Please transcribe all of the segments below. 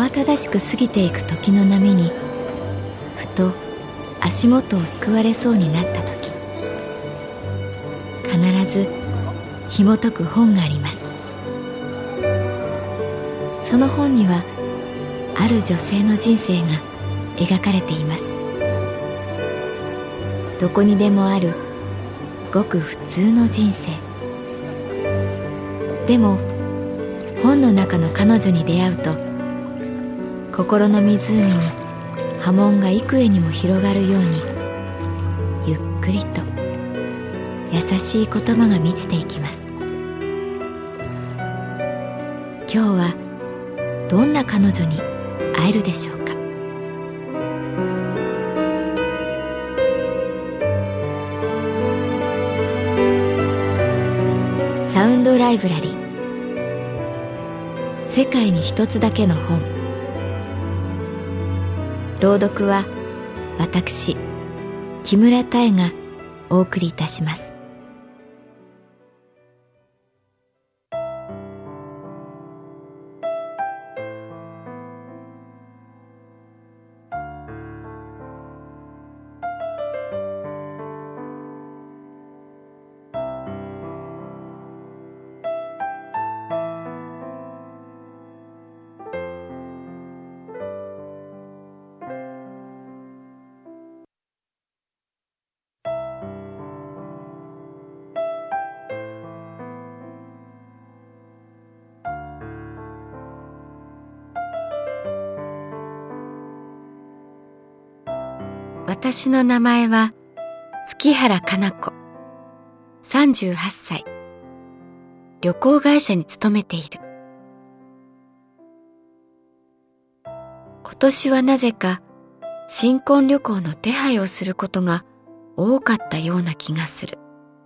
慌ただしく過ぎていく時の波にふと足元をすくわれそうになった時、必ず紐解く本があります。その本にはある女性の人生が描かれています。どこにでもあるごく普通の人生。でも本の中の彼女に出会うと、心の湖に波紋が幾重にも広がるように、ゆっくりと優しい言葉が満ちていきます。今日はどんな彼女に会えるでしょうか。サウンドライブラリー、世界に一つだけの本。朗読は私木村多江がお送りいたします。私の名前は月原かな子、38歳。旅行会社に勤めている。今年はなぜか新婚旅行の手配をすることが多かったような気がする。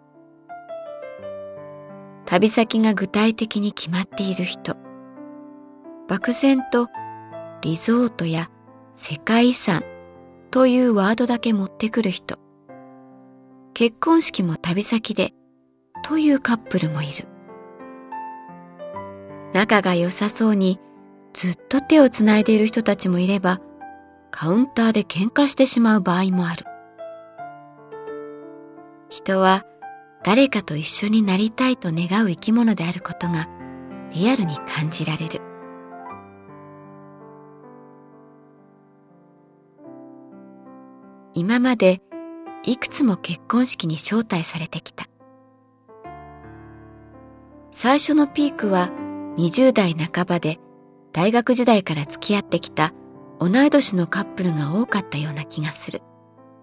旅先が具体的に決まっている人、漠然とリゾートや世界遺産というワードだけ持ってくる人、結婚式も旅先でというカップルもいる。仲が良さそうにずっと手をつないでいる人たちもいれば、カウンターで喧嘩してしまう場合もある。人は誰かと一緒になりたいと願う生き物であることがリアルに感じられる。今までいくつも結婚式に招待されてきた。最初のピークは20代半ばで大学時代から付き合ってきた同い年のカップルが多かったような気がする。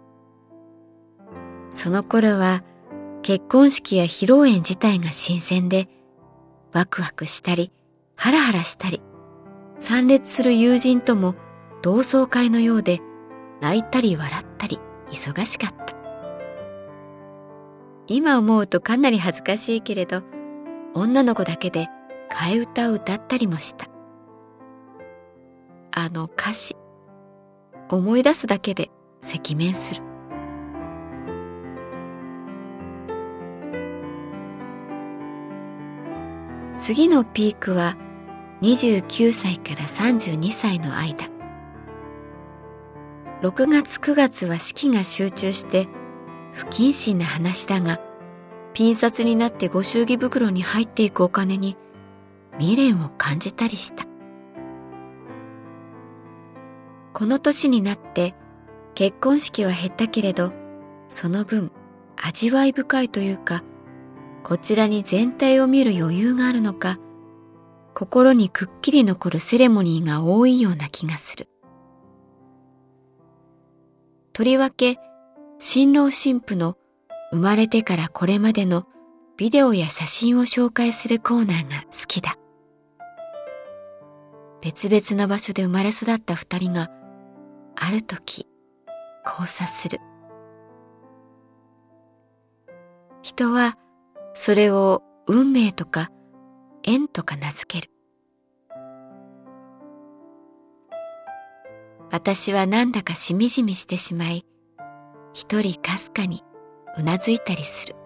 その頃は結婚式や披露宴自体が新鮮で、ワクワクしたりハラハラしたり、参列する友人とも同窓会のようで泣いたり笑ったり忙しかった。今思うとかなり恥ずかしいけれど、女の子だけで替え歌を歌ったりもした。あの歌詞、思い出すだけで赤面する。次のピークは29歳から32歳の間。6月9月は式が集中して不謹慎な話だが、ピン札になってご祝儀袋に入っていくお金に未練を感じたりした。この年になって結婚式は減ったけれど、その分味わい深いというか、こちらに全体を見る余裕があるのか、心にくっきり残るセレモニーが多いような気がする。とりわけ新郎新婦の生まれてからこれまでのビデオや写真を紹介するコーナーが好きだ。別々の場所で生まれ育った二人がある時交差する。人はそれを運命とか縁とか名付ける。私はなんだかしみじみしてしまい、一人かすかにうなずいたりする。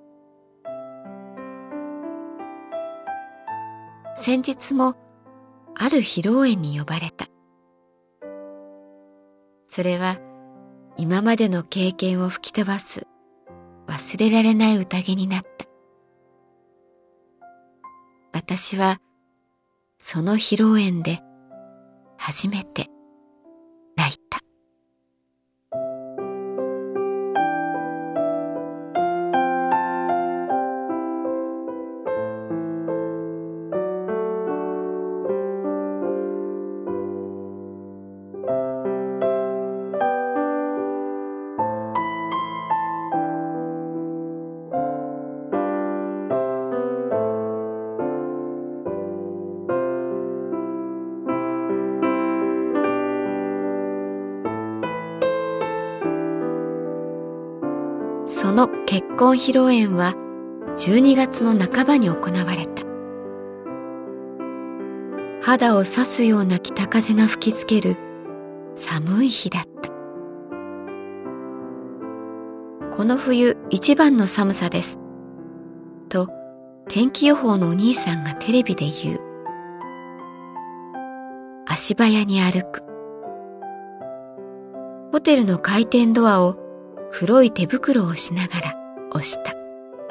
先日もある披露宴に呼ばれた。それは今までの経験を吹き飛ばす忘れられない宴になった。私はその披露宴で初めて泣いた。その結婚披露宴は12月の半ばに行われた。肌を刺すような北風が吹きつける寒い日だった。この冬一番の寒さです。と天気予報のお兄さんがテレビで言う。足早に歩く。ホテルの回転ドアを黒い手袋をしながら押した。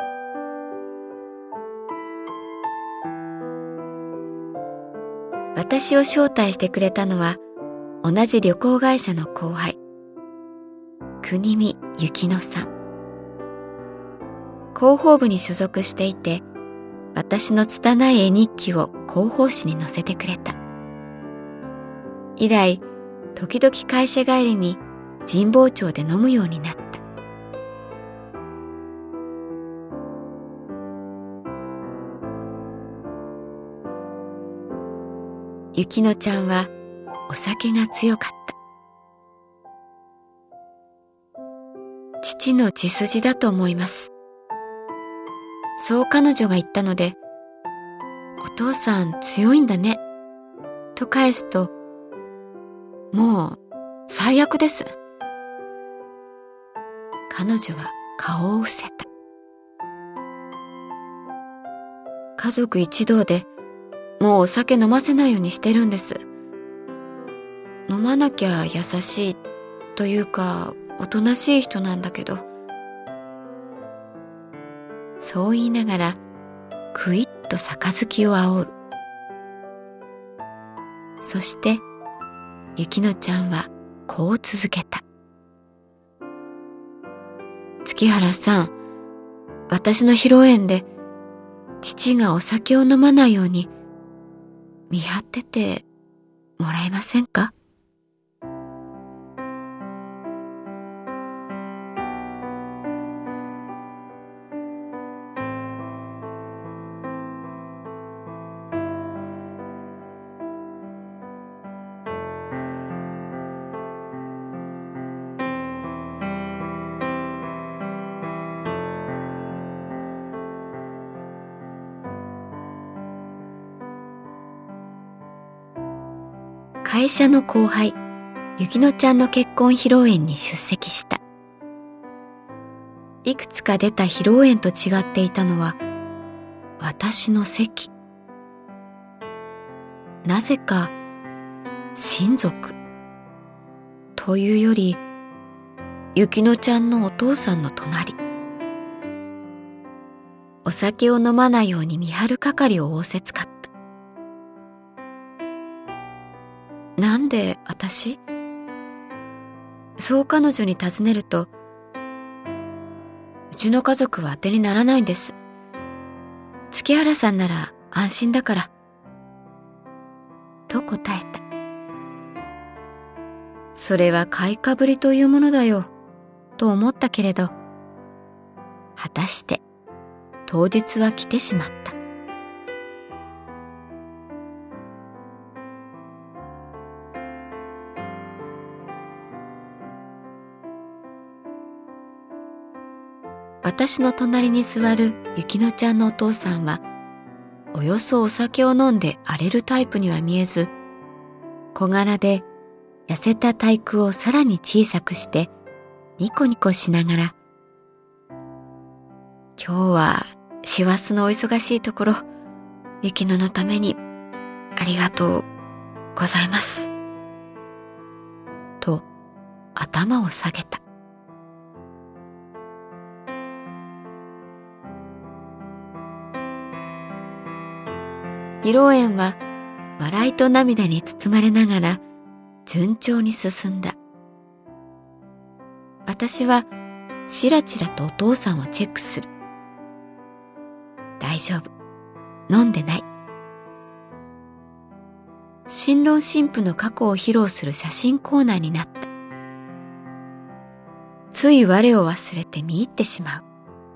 私を招待してくれたのは同じ旅行会社の後輩、国見幸乃さん。広報部に所属していて、私の拙い絵日記を広報誌に載せてくれた。以来、時々会社帰りに神保町で飲むようになった。幸乃ちゃんはお酒が強かった。父の血筋だと思います。そう彼女が言ったので、お父さん強いんだね、と返すと、もう最悪です。彼女は顔を伏せた。家族一同でもうお酒飲ませないようにしてるんです。飲まなきゃ優しいというかおとなしい人なんだけど。そう言いながらくいっと杯を煽る。そして幸乃ちゃんはこう続けた。月原さん、私の披露宴で父がお酒を飲まないように見張っててもらえませんか？会社の後輩、幸乃ちゃんの結婚披露宴に出席した。いくつか出た披露宴と違っていたのは、私の席。なぜか、親族。というより、幸乃ちゃんのお父さんの隣。お酒を飲まないように見張る係を仰せつかった。なんで私？そう彼女に尋ねると、うちの家族は当てにならないんです。月原さんなら安心だから。と答えた。それは買いかぶりというものだよ、と思ったけれど、果たして当日は来てしまった。私の隣に座る幸乃ちゃんのお父さんは、およそお酒を飲んで荒れるタイプには見えず、小柄で痩せた体躯をさらに小さくしてニコニコしながら、今日は師走のお忙しいところ、幸乃のためにありがとうございます。と頭を下げた。披露宴は笑いと涙に包まれながら順調に進んだ。私はしらちらとお父さんをチェックする。大丈夫。飲んでない。新郎新婦の過去を披露する写真コーナーになった。つい我を忘れて見入ってしまう。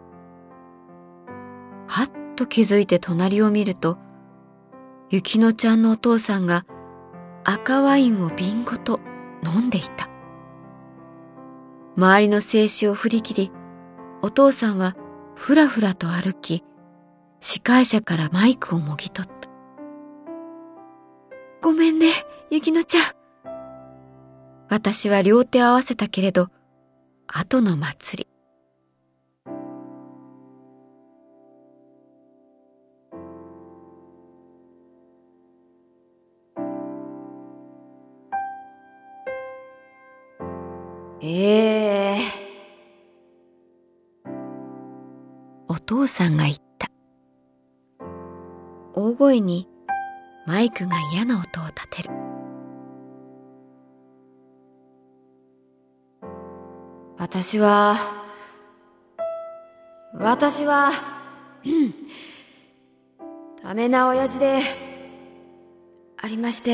はっと気づいて隣を見ると、ゆきのちゃんのお父さんが赤ワインを瓶ごと飲んでいた。周りの静止を振り切り、お父さんはふらふらと歩き、司会者からマイクをもぎ取った。ごめんね、ゆきのちゃん。私は両手を合わせたけれど、後の祭り。お父さんが言った。大声にマイクが嫌な音を立てる。私は、ダメな親父でありまして、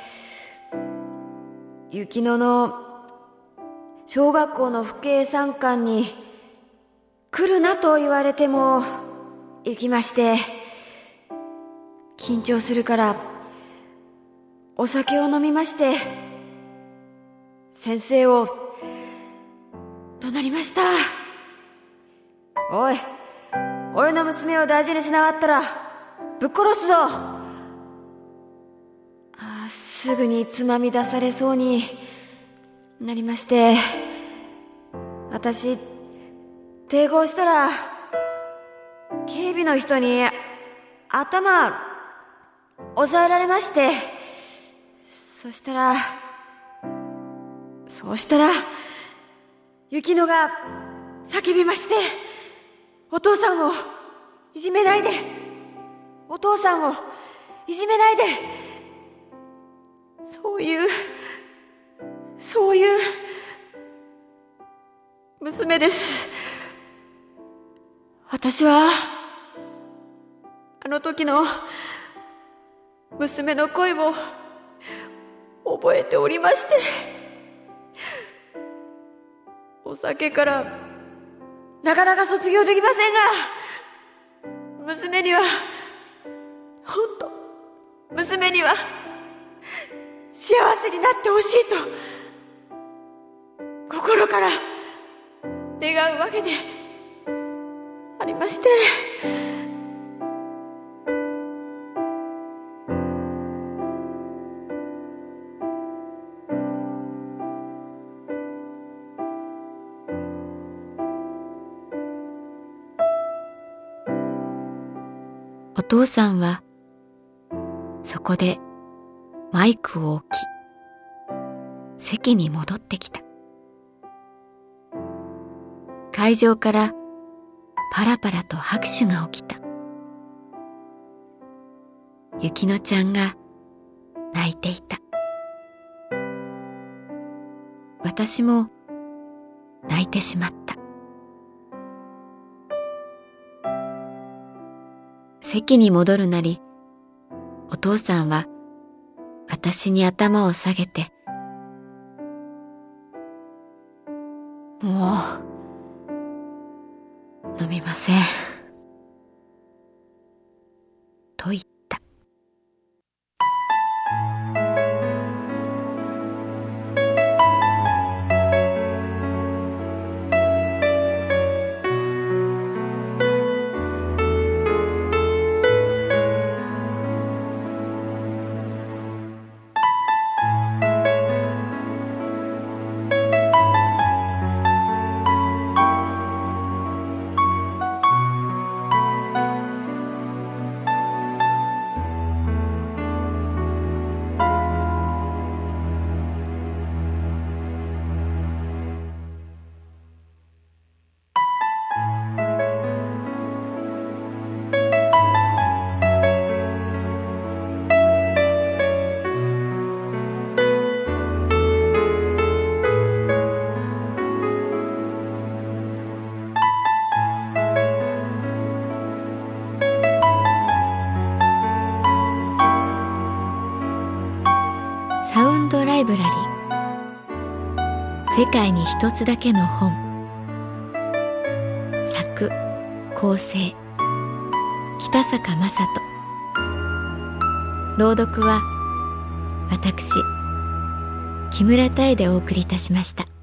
雪乃の小学校の父兄参観に来るなと言われても行きまして、緊張するからお酒を飲みまして、先生を怒鳴りました。おい、俺の娘を大事にしなかったらぶっ殺すぞ。すぐにつまみ出されそうになりまして、私抵抗したら警備の人に頭押さえられまして、そうしたら雪乃が叫びまして、お父さんをいじめないで、お父さんをいじめないで、そういう娘です。私はあの時の娘の声を覚えておりまして、お酒からなかなか卒業できませんが、娘には幸せになってほしいと心から願うわけでありまして、お父さんはそこでマイクを置き、席に戻ってきた。会場からパラパラと拍手が起きた。雪乃ちゃんが泣いていた。私も泣いてしまった。席に戻るなり、お父さんは私に頭を下げて、もう飲みませんと言った。 世界に一つだけの本。作構成北坂雅人。朗読は私木村多江でお送りいたしました。